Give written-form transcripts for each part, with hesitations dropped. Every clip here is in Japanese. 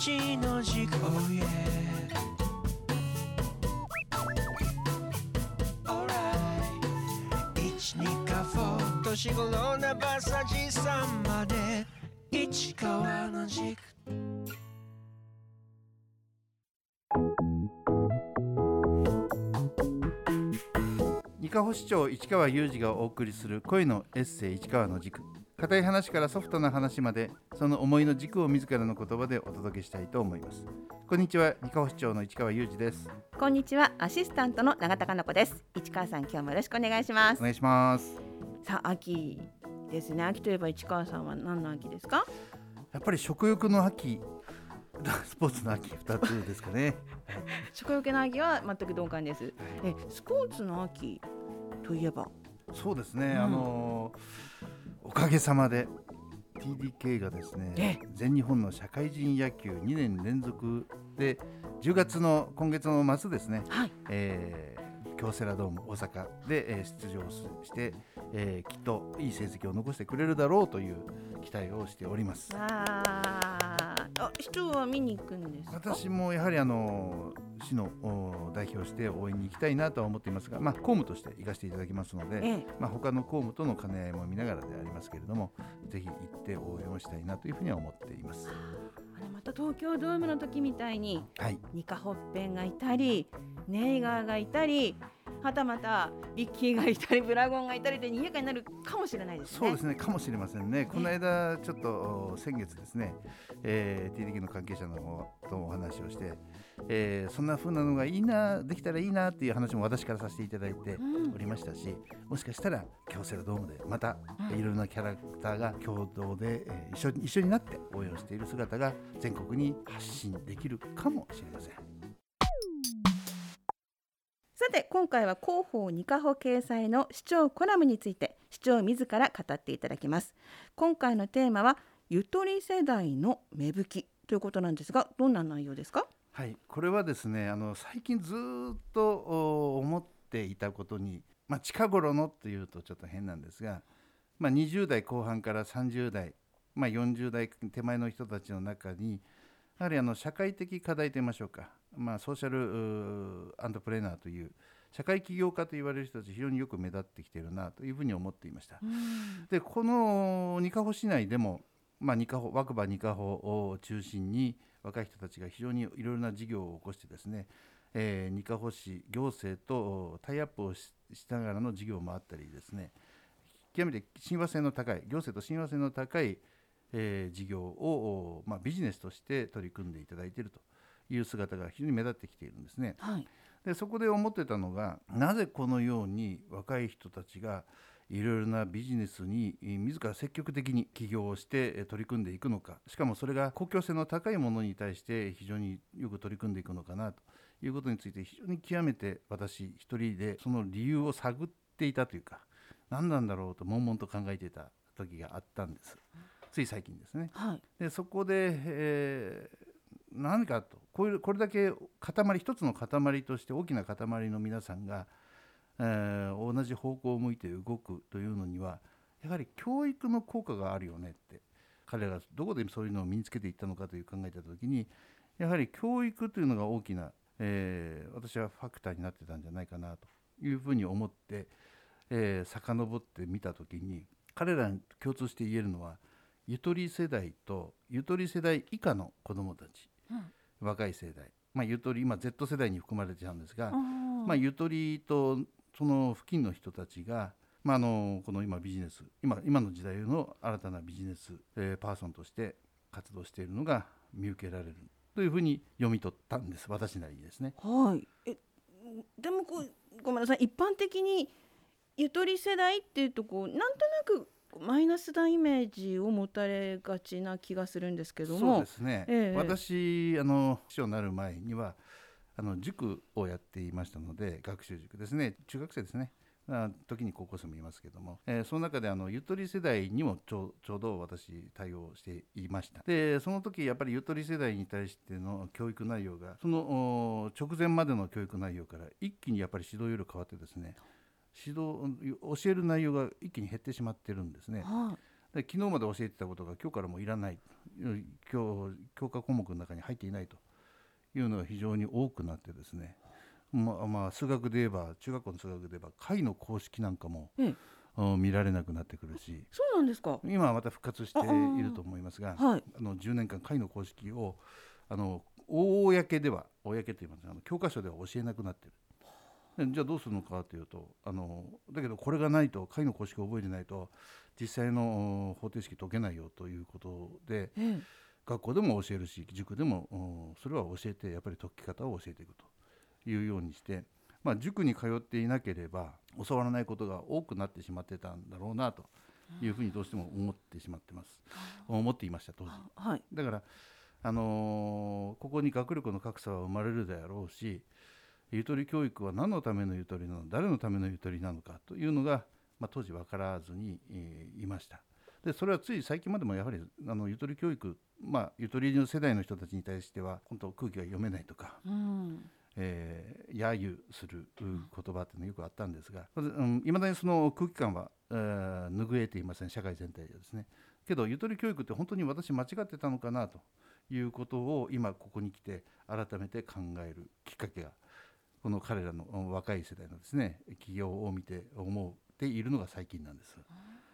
日の軸 Oh yeah Alright 12か4年頃な馬さじさんまで市川の軸にかほ市長市川裕二がお送りする恋のエッセイ市川の軸。固い話からソフトな話まで、その思いの軸を自らの言葉でお届けしたいと思います。こんにちは、にかほ市長の市川裕二です。 こんにちは、アシスタントの永田香奈子です。市川さん、今日もよろしくお願いします。 お願いします。 さあ、秋ですね。秋といえば市川さんは何の秋ですか？ やっぱり食欲の秋、スポーツの秋2つですかね。 食欲の秋は全く同感です。スポーツの秋といえばそうですね、おかげさまで TDK がですね、全日本の社会人野球2年連続で10月の今月の末ですね、 はい、 京セラドーム大阪で、出場して、きっといい成績を残してくれるだろうという期待をしております。 市長は見に行くんですか？ 私もやはり市の代表して応援に行きたいなとは思っていますが、公務として行かせていただきますので、他の公務との兼ね合いも見ながらでありますけれども、ぜひ行って応援をしたいなというふうには思っています。 また東京ドームの時みたいに、ニカホッペンがいたりネイガーがいたり、はたまたビッキーがいたりブラゴンがいたりで賑やかになるかもしれないですね。 そうですね、かもしれませんね。この間ちょっと先月ですね、TDK の関係者の方とお話をして、そんな風なのがいいな、できたらいいなっていう話も私からさせていただいておりましたし、もしかしたら京セラドームでまたいろいろなキャラクターが共同で、一緒になって応援をしている姿が全国に発信できるかもしれません。 さて、今回は広報にかほ掲載の市長コラムについて市長自ら語っていただきます。今回のテーマはゆとり世代の芽吹きということなんですが、どんな内容ですか？ はい、これはですね、最近ずっと思っていたことに、近頃のというとちょっと変なんですが、20代後半から30代、40代手前の人たちの中にやはり社会的課題といいましょうか、ソーシャルアントプレーナーという社会起業家と言われる人たち非常によく目立ってきているなというふうに思っていました。で、このにかほ市内でも、若葉にかほを中心に若い人たちが非常にいろいろな事業を起こしてですね、にかほ市行政とタイアップを しながらの事業もあったりですね、極めて親和性の高い、行政と親和性の高い事業を、ビジネスとして取り組んでいただいているという姿が非常に目立ってきているんですね。で、そこで思ってたのが、なぜこのように若い人たちがいろいろなビジネスに自ら積極的に起業をして取り組んでいくのか、しかもそれが公共性の高いものに対して非常によく取り組んでいくのかなということについて、非常に極めて私一人でその理由を探っていたというか、何なんだろうと悶々と考えていた時があったんです。つい最近ですね。で、そこで、何かとこれだけ一つの塊として大きな塊の皆さんが、同じ方向を向いて動くというのにはやはり教育の効果があるよねって、彼らがどこでそういうのを身につけていったのかという考えた時に、やはり教育というのが大きな、私はファクターになってたんじゃないかなというふうに思って、遡ってみた時に、彼らに共通して言えるのはゆとり世代とゆとり世代以下の子どもたち、若い世代、ゆとり今 Z 世代に含まれてちゃうんですが、ゆとりとその付近の人たちが、この今ビジネス、今の時代の新たなビジネス、パーソンとして活動しているのが見受けられるというふうに読み取ったんです、私なりにですね。 でもごめんなさい、一般的にゆとり世代っていうとなんとなくマイナスなイメージを持たれがちな気がするんですけども。 そうですね、私市長になる前には塾をやっていましたので、学習塾ですね、中学生ですね、時に高校生もいますけども、その中でゆとり世代にもちょうど私対応していました。で、その時やっぱりゆとり世代に対しての教育内容がその直前までの教育内容から一気にやっぱり指導要領変わってですね、教える内容が一気に減ってしまってるんですね。 で昨日まで教えてたことが今日からもういらない、教科項目の中に入っていないというのが非常に多くなってですね、数学で言えば中学校の数学で言えば解の公式なんかも、見られなくなってくるし、 そうなんですか。 今はまた復活していると思いますが、 はい、 10年間解の公式を公では公と言いますが教科書では教えなくなっている。じゃあどうするのかというと、だけどこれがないと、解の公式を覚えてないと実際の方程式解けないよということで、学校でも教えるし塾でもそれは教えて、やっぱり解き方を教えていくというようにして、塾に通っていなければ教わらないことが多くなってしまってたんだろうなというふうにどうしても思ってしまってます。思っていました当時。 はい、 だから、ここに学力の格差は生まれるであろうし、ゆとり教育は何のためのゆとりなの、誰のためのゆとりなのかというのが、当時分からずに、いました。でそれはつい最近までもやはりゆとり教育、ゆとりの世代の人たちに対しては本当空気が読めないとか、揶揄する言葉っていうのがよくあったんですが、いまだにその空気感は、拭えていません、社会全体でですね。けどゆとり教育って本当に私間違ってたのかなということを今ここに来て改めて考えるきっかけが、この彼らの若い世代のですね起業を見て思っているのが最近なんです。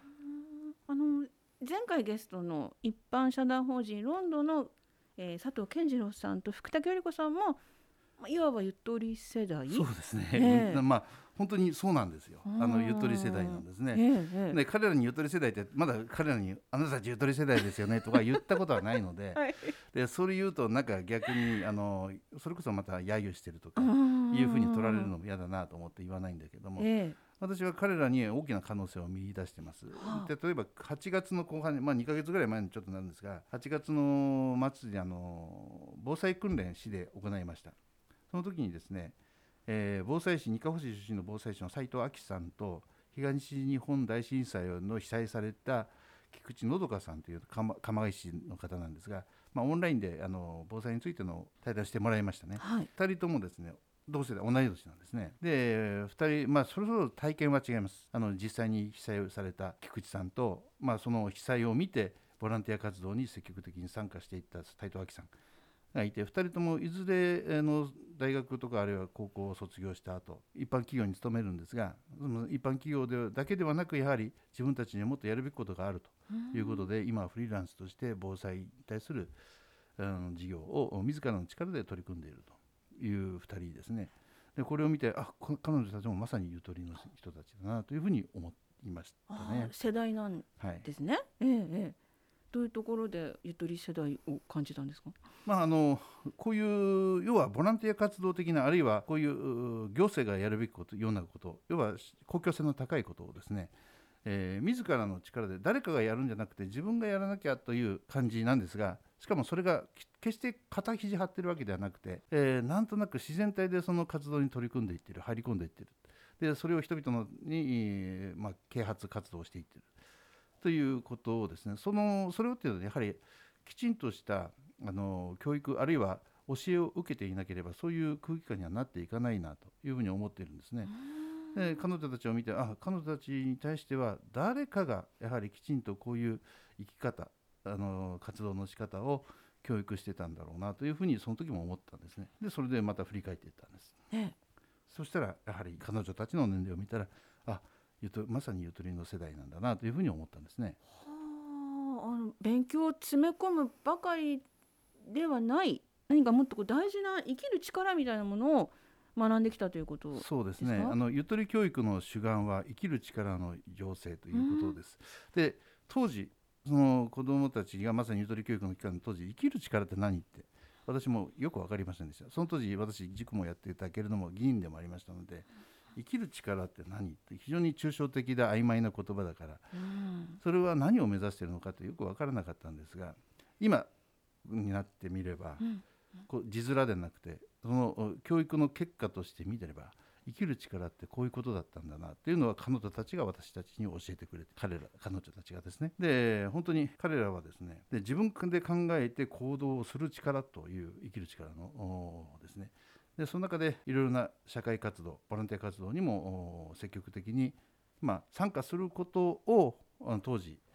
前回ゲストの一般社団法人ロンドの、佐藤健次郎さんと福田恵子さんもいわばゆとり世代。 そうですね、本当にそうなんですよ。ゆとり世代なんですね。で彼らにゆとり世代ってまだ彼らにあなたたちゆとり世代ですよねとか言ったことはないので、でそれ言うとなんか逆にそれこそまた揶揄してるとかいうふうに取られるのも嫌だなと思って言わないんだけども、私は彼らに大きな可能性を見出してます。で例えば8月の後半に、2ヶ月ぐらい前にちょっとなるんですが、8月の末に防災訓練市で行いました。その時にですね、防災士、にかほ市出身の防災士の斉藤亜紀さんと、東日本大震災の被災された菊池のどかさんという釜石市の方なんですが、オンラインで防災についての対談してもらいましたね。2人ともですね同世代、同い年なんですね。で2人、それぞれ体験は違います。実際に被災された菊池さんと、その被災を見てボランティア活動に積極的に参加していった斉藤亜紀さんがいて、2人ともいずれの大学とかあるいは高校を卒業した後一般企業に勤めるんですが、その一般企業だけではなく、やはり自分たちにもっとやるべきことがあるということで、今はフリーランスとして防災に対する事業を自らの力で取り組んでいるという2人ですね。でこれを見て、彼女たちもまさにゆとりの人たちだなというふうに思いましたね。 世代なんですね。どういうところでゆとり世代を感じたんですか。 こういう要はボランティア活動的な、あるいはこういう行政がやるべきこと、ようなこと、要は公共性の高いことをですね、自らの力で誰かがやるんじゃなくて自分がやらなきゃという感じなんですが、しかもそれが決して肩肘張ってるわけではなくて、なんとなく自然体でその活動に取り組んでいっている、入り込んでいっている。でそれを人々に、啓発活動をしていっているということをですね、それをっていうのはやはりきちんとした教育、あるいは教えを受けていなければそういう空気感にはなっていかないなというふうに思っているんですね。で彼女たちを見て、彼女たちに対しては誰かがやはりきちんとこういう生き方、活動の仕方を教育してたんだろうなというふうにその時も思ったんですね。でそれでまた振り返っていったんです。そしたらやはり彼女たちの年齢を見たら、まさにゆとりの世代なんだなというふうに思ったんですね。 勉強を詰め込むばかりではない、何かもっと大事な生きる力みたいなものを学んできたということですか。 そうですね。ゆとり教育の主眼は生きる力の養成ということです。で当時その子どもたちがまさにゆとり教育の期間の当時、生きる力って何って私もよく分かりませんでした。その当時私塾もやっていたけれども議員でもありましたので、生きる力って何って非常に抽象的で曖昧な言葉だから、それは何を目指しているのかってよく分からなかったんですが、今になってみれば、字面でなくてその教育の結果として見てれば、生きる力ってこういうことだったんだなっていうのは彼女たちが私たちに教えてくれて、彼女たちがですね、で本当に彼らはですね、で自分で考えて行動をする力という生きる力のですね、でその中でいろいろな社会活動、ボランティア活動にも積極的に、参加することを当時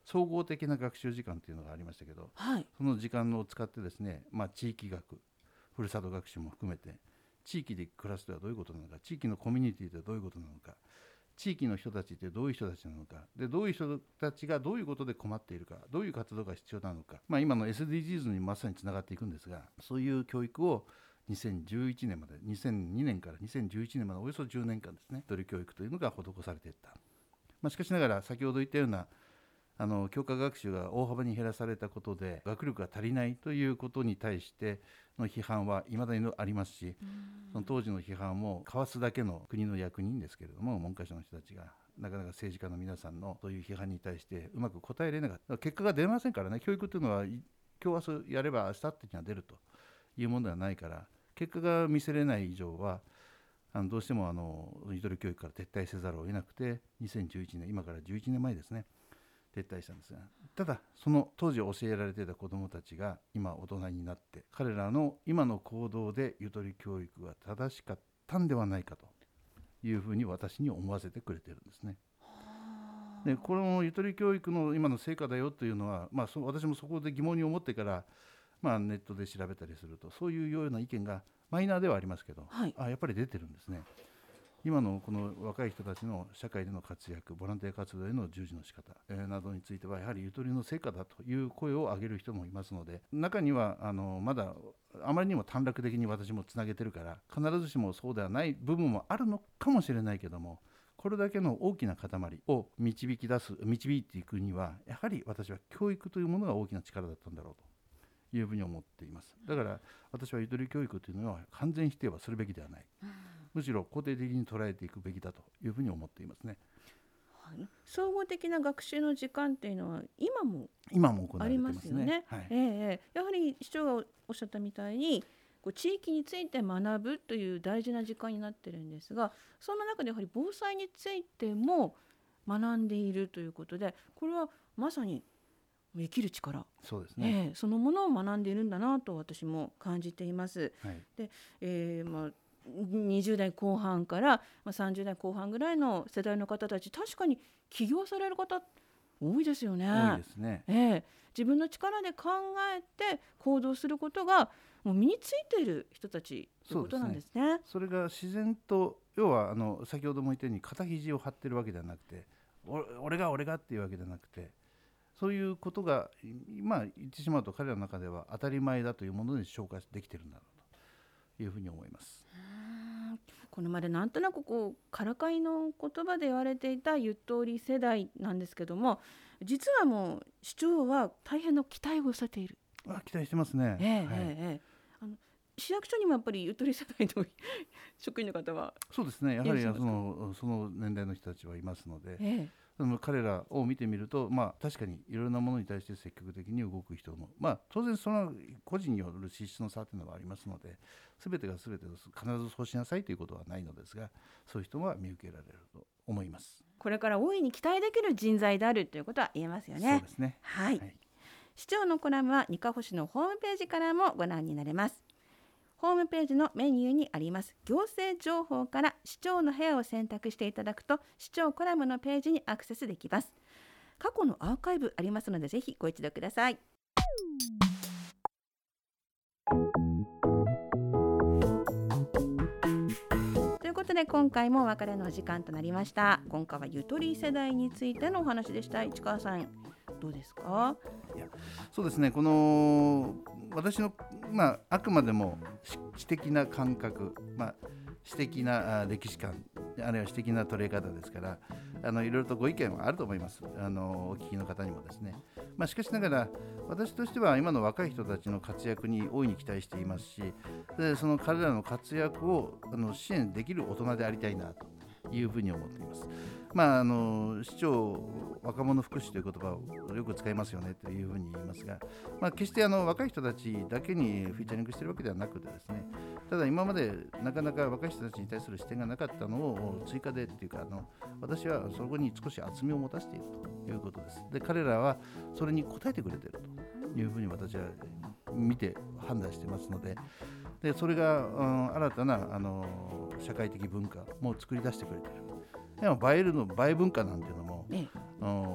総合的な学習時間というのがありましたけど、 はい、 その時間を使ってですね、地域学、ふるさと学習も含めて、地域で暮らすとはどういうことなのか、地域のコミュニティとはどういうことなのか、地域の人たちってどういう人たちなのか、でどういう人たちがどういうことで困っているか、どういう活動が必要なのか、今の SDGs にまさにつながっていくんですが、そういう教育を2011年まで、2002年から2011年までおよそ10年間ですね、ゆとり教育というのが施されていった。しかしながら先ほど言ったような教科学習が大幅に減らされたことで学力が足りないということに対しての批判はいまだにありますし、その当時の批判もかわすだけの国の役人ですけれども、文科省の人たちがなかなか政治家の皆さんのそういう批判に対してうまく答えれなかった。結果が出ませんからね。教育というのは今日明日やれば明日ってには出るというものではないから、結果が見せれない以上はどうしてもゆとり教育から撤退せざるを得なくて、2011年、今から11年前ですね、撤退したんですが、ただその当時教えられていた子どもたちが今大人になって、彼らの今の行動でゆとり教育が正しかったんではないかというふうに私に思わせてくれているんですね。でこのゆとり教育の今の成果だよというのは、私もそこで疑問に思ってから、ネットで調べたりするとそういうような意見がマイナーではありますけど、 はい、 やっぱり出てるんですね。今のこの若い人たちの社会での活躍、ボランティア活動への従事の仕方、などについてはやはりゆとりの成果だという声を上げる人もいますので、中にはまだあまりにも短絡的に私もつなげてるから必ずしもそうではない部分もあるのかもしれないけども、これだけの大きな塊を導いていくにはやはり私は教育というものが大きな力だったんだろうというふうに思っています。だから私はゆとり教育というのは完全否定はするべきではない、むしろ肯定的に捉えていくべきだというふうに思っていますね。 総合的な学習の時間っていうのは今も行われていますね。 ありますよね。やはり市長がおっしゃったみたいに地域について学ぶという大事な時間になってるんですが、その中でやはり防災についても学んでいるということで、これはまさに生きる力、 そうですね、 そのものを学んでいるんだなと私も感じています。で、20代後半から30代後半ぐらいの世代の方たち、確かに起業される方多いですよね。 多いですね。 自分の力で考えて行動することがもう身についている人たちということなんですね。 それが自然と、要は先ほども言ったように肩肘を張ってるわけではなくて、俺がっていうわけではなくて、そういうことが言ってしまうと彼らの中では当たり前だというものに消化できているんだろうというふうに思います。 これまでなんとなくからかいの言葉で言われていたゆとり世代なんですけども、実はもう市長は大変な期待をされている。 期待してますね。 市役所にもやっぱりゆとり世代の職員の方はそうですね、やはりその年代の人たちはいますので、彼らを見てみると、確かにいろいろなものに対して積極的に動く人も、当然その個人による資質の差というのはありますので、全てが全て必ずそうしなさいということはないのですが、そういう人は見受けられると思います。 これから大いに期待できる人材であるということは言えますよね。 そうですね。 市長のコラムはにかほ市のホームページからもご覧になれます。ホームページのメニューにあります行政情報から市長の部屋を選択していただくと、市長コラムのページにアクセスできます。過去のアーカイブありますので、ぜひご一読ください。ということで今回もお別れの時間となりました。今回はゆとり世代についてのお話でした。市川さんどうですか？ そうですね、この私の、あくまでも私的な感覚、私的な歴史観、あるいは私的な捉え方ですから、いろいろとご意見はあると思います。お聞きの方にもですね。しかしながら私としては今の若い人たちの活躍に大いに期待していますし、でその彼らの活躍を支援できる大人でありたいなというふうに思っています。市長若者福祉という言葉をよく使いますよねというふうに言いますが、決して若い人たちだけにフィーチャリングしているわけではなくてですね、ただ今までなかなか若い人たちに対する視点がなかったのを追加でっていうか、私はそこに少し厚みを持たせているということです。で彼らはそれに応えてくれているというふうに私は見て判断していますので、それが、新たな社会的文化も作り出してくれている。でも映え文化なんていうのも、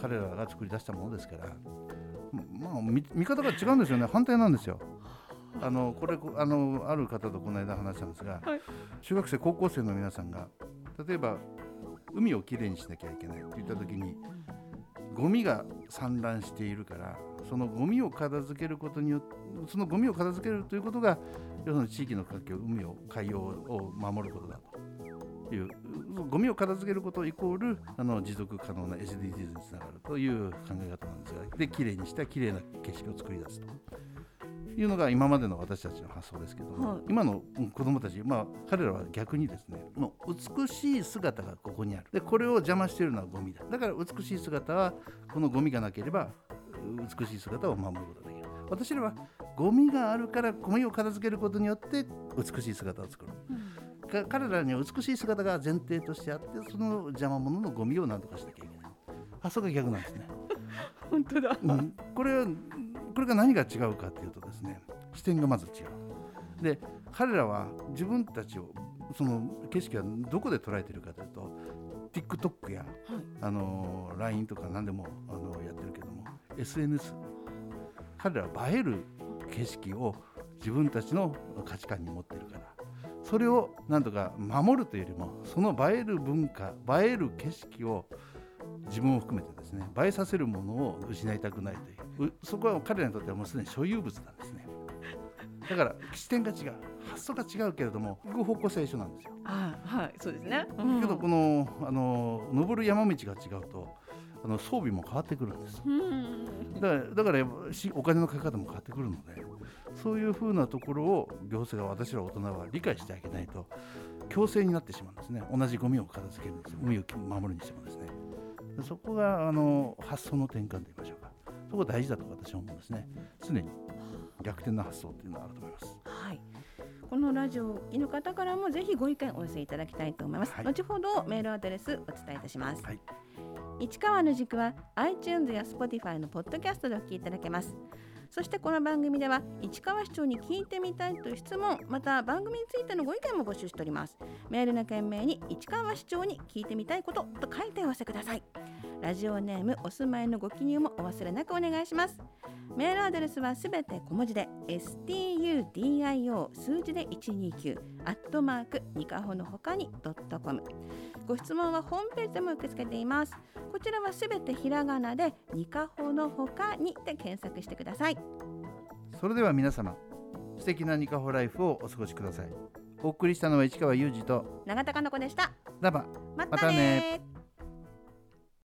彼らが作り出したものですから、見方が違うんですよね。反対なんですよ。これある方とこの間話したんですが、 はい、 中学生高校生の皆さんが例えば海をきれいにしなきゃいけないといった時に、ゴミが散乱しているから、そのゴミを片付けることによって、そのゴミを片付けるということが要するに地域の環境、海洋を守ることだという、ゴミを片付けることイコール持続可能な SDGs につながるという考え方なんですが、できれいにしたきれいな景色を作り出すというのが今までの私たちの発想ですけども、今の子どもたち、彼らは逆にですね、もう美しい姿がここにある。でこれを邪魔しているのはゴミだ。だから美しい姿は、このゴミがなければ美しい姿を守ることができる。私らはゴミがあるからゴミを片付けることによって美しい姿を作る、彼らには美しい姿が前提としてあって、その邪魔者のゴミを何とかしなきゃいけない。発想が逆なんですね。 本当だ、 これが何が違うかというとですね、視点がまず違う。で彼らは自分たちを、その景色はどこで捉えているかというと、 TikTok や、LINE とか何でもやってるけども、 SNS、 彼らは映える景色を自分たちの価値観に持っているから、それをなんとか守るというよりも、その映える文化、映える景色を自分を含めてですね、映えさせるものを失いたくないという、そこは彼らにとってはもうすでに所有物なんですね。だから視点が違う、発想が違うけれども行く方向性は一緒なんですよ。 はい、そうですね。 けどこの登る山道が違うと装備も変わってくるんです。だからお金のかけ方も変わってくるので、そういうふうなところを行政が、私ら大人は理解してあげないと強制になってしまうんですね。同じゴミを片付けるにしても、海を守るにしてもですね。そこが発想の転換といいましょうか、そこが大事だと私は思うんですね。常に逆転の発想というのはあると思います。 はい、このラジオをお聞きの方からもぜひご意見お寄せいただきたいと思います。後ほどメールアドレスお伝えいたします。市川の軸は iTunes や Spotify のポッドキャストでお聞きいただけます。そしてこの番組では市川市長に聞いてみたいという質問、また番組についてのご意見も募集しております。メールの件名に市川市長に聞いてみたいことと書いてお寄せください。ラジオネーム、お住まいのご記入もお忘れなくお願いします。メールアドレスはすべて小文字で studio 数字で129にかほのほかに .com。 ご質問はホームページでも受け付けています。こちらはすべてひらがなでにかほのほかにで検索してください。 それでは皆様、素敵なにかほライフをお過ごしください。お送りしたのは市川裕二と永田かな子でした。 ラバ、 またね。